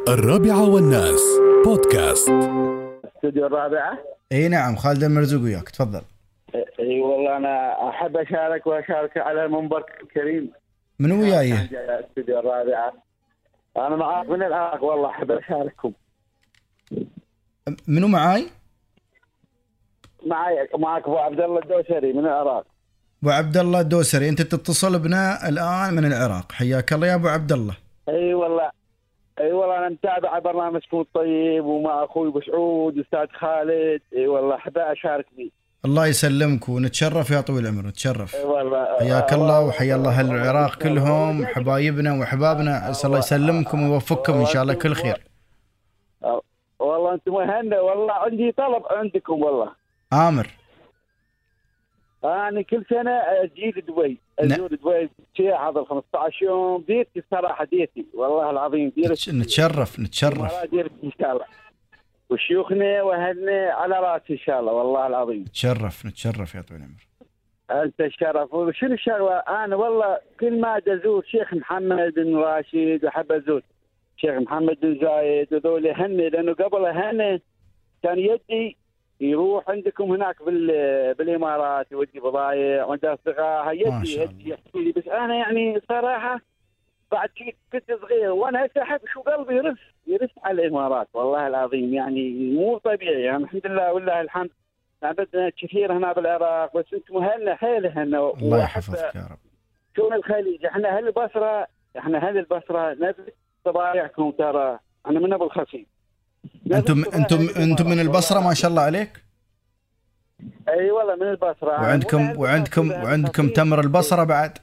الرابعة والناس بودكاست. استوديو الرابعة. اي نعم، خالد المرزوق وياك، تفضل. اي والله انا احب اشارك على المنبر الكريم. من وياي؟ استوديو الرابعة. انا معاك من العراق، والله احب اشارككم. منو معاي؟ معاك ابو عبد الله الدوسري من العراق. ابو عبد الله الدوسري، انت تتصل بنا الان من العراق، حياك الله يا ابو عبد الله. اي والله انا متابع برنامجكم الطيب، ومع اخوي ابو سعود استاذ خالد. اي والله احب اشارك فيه. الله يسلمك ونتشرف يا طويل العمر، نتشرف. اي والله حياك الله وحيا الله اهل العراق كلهم، حبايبنا وحبابنا، اسال الله يسلمكم ويوفقكم ان شاء الله كل خير. والله انتم مهنا، والله عندي طلب عندكم والله. آمر. أنا كل سنة أجي دبي، أزور دبي شيء هذا 15 يوم. ديرتي الصراحة، ديرتي والله العظيم ديرتي. نتشرف ديرتي إن شاء الله، وشيوخنا وأهلنا على راسي إن شاء الله، والله العظيم. نتشرف يا طويل العمر. أنت الشرف. وشنو الشغلة، أنا والله كل ما أزور شيخ محمد بن راشد، وأحب أزور شيخ محمد بن زايد وذول هني، لأنه قبل هني كان يدي يروح عندكم هناك بالامارات، يودي بضايع وعنده اصدقاء، يدي يحكي لي. بس انا يعني صراحه بعد كنت صغير، وانا هسه احب شو قلبي يرف على الامارات، والله العظيم يعني مو طبيعي. يعني الحمد لله والله الحمد، عبدنا كثير هنا بالعراق، بس انتم هلنا حيل هنا. الله يحفظك يا رب. شون الخليج، احنا اهل البصره نبي طبايعكم، ترى انا من ابو الخفيف. انتم من البصره ما شاء الله عليك. اي والله من البصره. وعندكم تمر البصره بعد.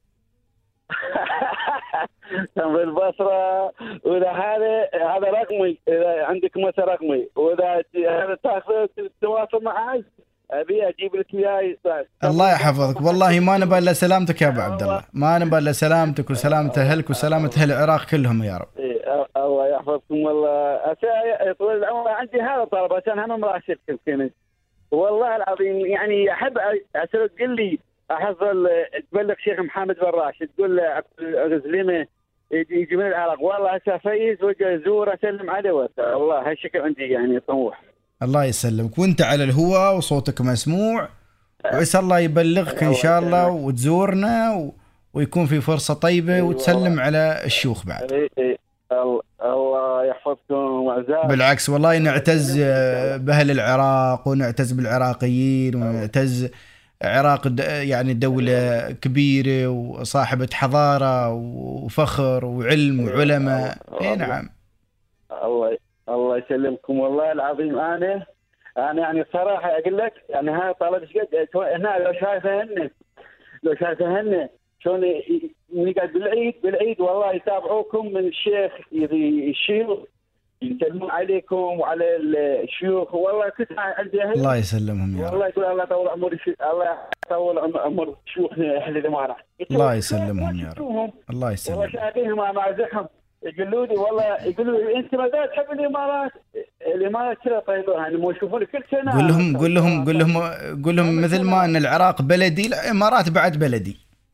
تمر البصره. واذا هذا رقمي، اذا عندك مثلا رقمي، واذا هذا تاخذ تواصل معي ابي اجيب لك اياه. الله يحفظك، والله ما نبغى الا سلامتك يا ابو عبد الله، ما نبغى الا سلامتك وسلامه اهلك وسلامه اهل العراق كلهم يا رب. الله يحفظكم. والله طول العمر عندي هذا طلب، عشان هم مراشد كنت والله العظيم. يعني احب اسالك، قل لي احصل تبلغ شيخ محمد بن راشد، تقول له عبد الغزليمه يجي من العراق، والله هسه فايز وجه ازور اسلم عليه. والله هالشكل عندي يعني طموح. الله يسلمك، وانت على الهواء وصوتك مسموع، وعسى الله يبلغك ان شاء الله وتزورنا ويكون في فرصه طيبه وتسلم على الشيوخ بعد. الله يحفظكم وعزاز. بالعكس والله نعتز بأهل العراق، ونعتز بالعراقيين، ونعتز عراق يعني دولة كبيرة وصاحبة حضارة وفخر وعلم وعلماء. اي نعم. الله يسلمكم والله العظيم. انا يعني صراحة اقول لك، يعني هاي طلبت هنا لو شايفهن شلون نقعد بالعيد والله يتابعوكم من الشيخ، الشيوخ يسلمون عليكم وعلى الشيوخ. والله كنت عندي اهل، الله يسلمهم يا رب. والله يقول الله يطول عمر شيوخنا اهل الامارات. الله يسلمهم يا رب. الله يسلمهم. والله شايفينهم مع زحم يقولوا لي، والله يقولوا لي انت ما تحب الامارات كذا طيبه، يعني مو يشوفون كل سنه. قول لهم مثل ما ان العراق بلدي، الامارات بعد بلدي.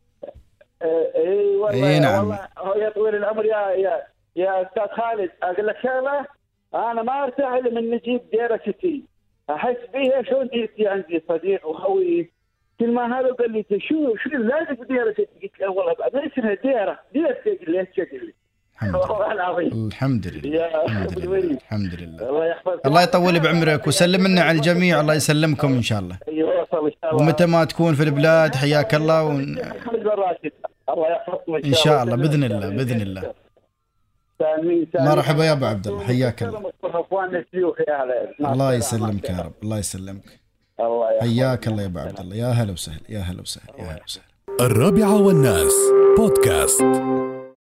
اي والله. اي نعم. والله يا طويل العمر يا استاذ خالد، اقول لك شغله، انا ما ارتاح الا من نجيب ديره ستي، احس بيها شلون ديرتي. عندي صديق وخوي كل ما هذا قال لي شو لازم ديره ستي. قلت له والله بعد اسمها ديره ليش شكل. والله العظيم. الحمد لله. الله يحفظك. الله يطول بعمرك وسلم لنا على الجميع. الله يسلمكم ان شاء الله. ومتى ما تكون في البلاد حياك الله الله يحفظكم ان شاء الله. باذن الله. مرحبا يا ابو عبد الله، حياك الله. الله يسلمك يا رب. الله يسلمك. حياك الله يا ابو عبد الله. يا هلا وسهلا. الرابعة والناس بودكاست.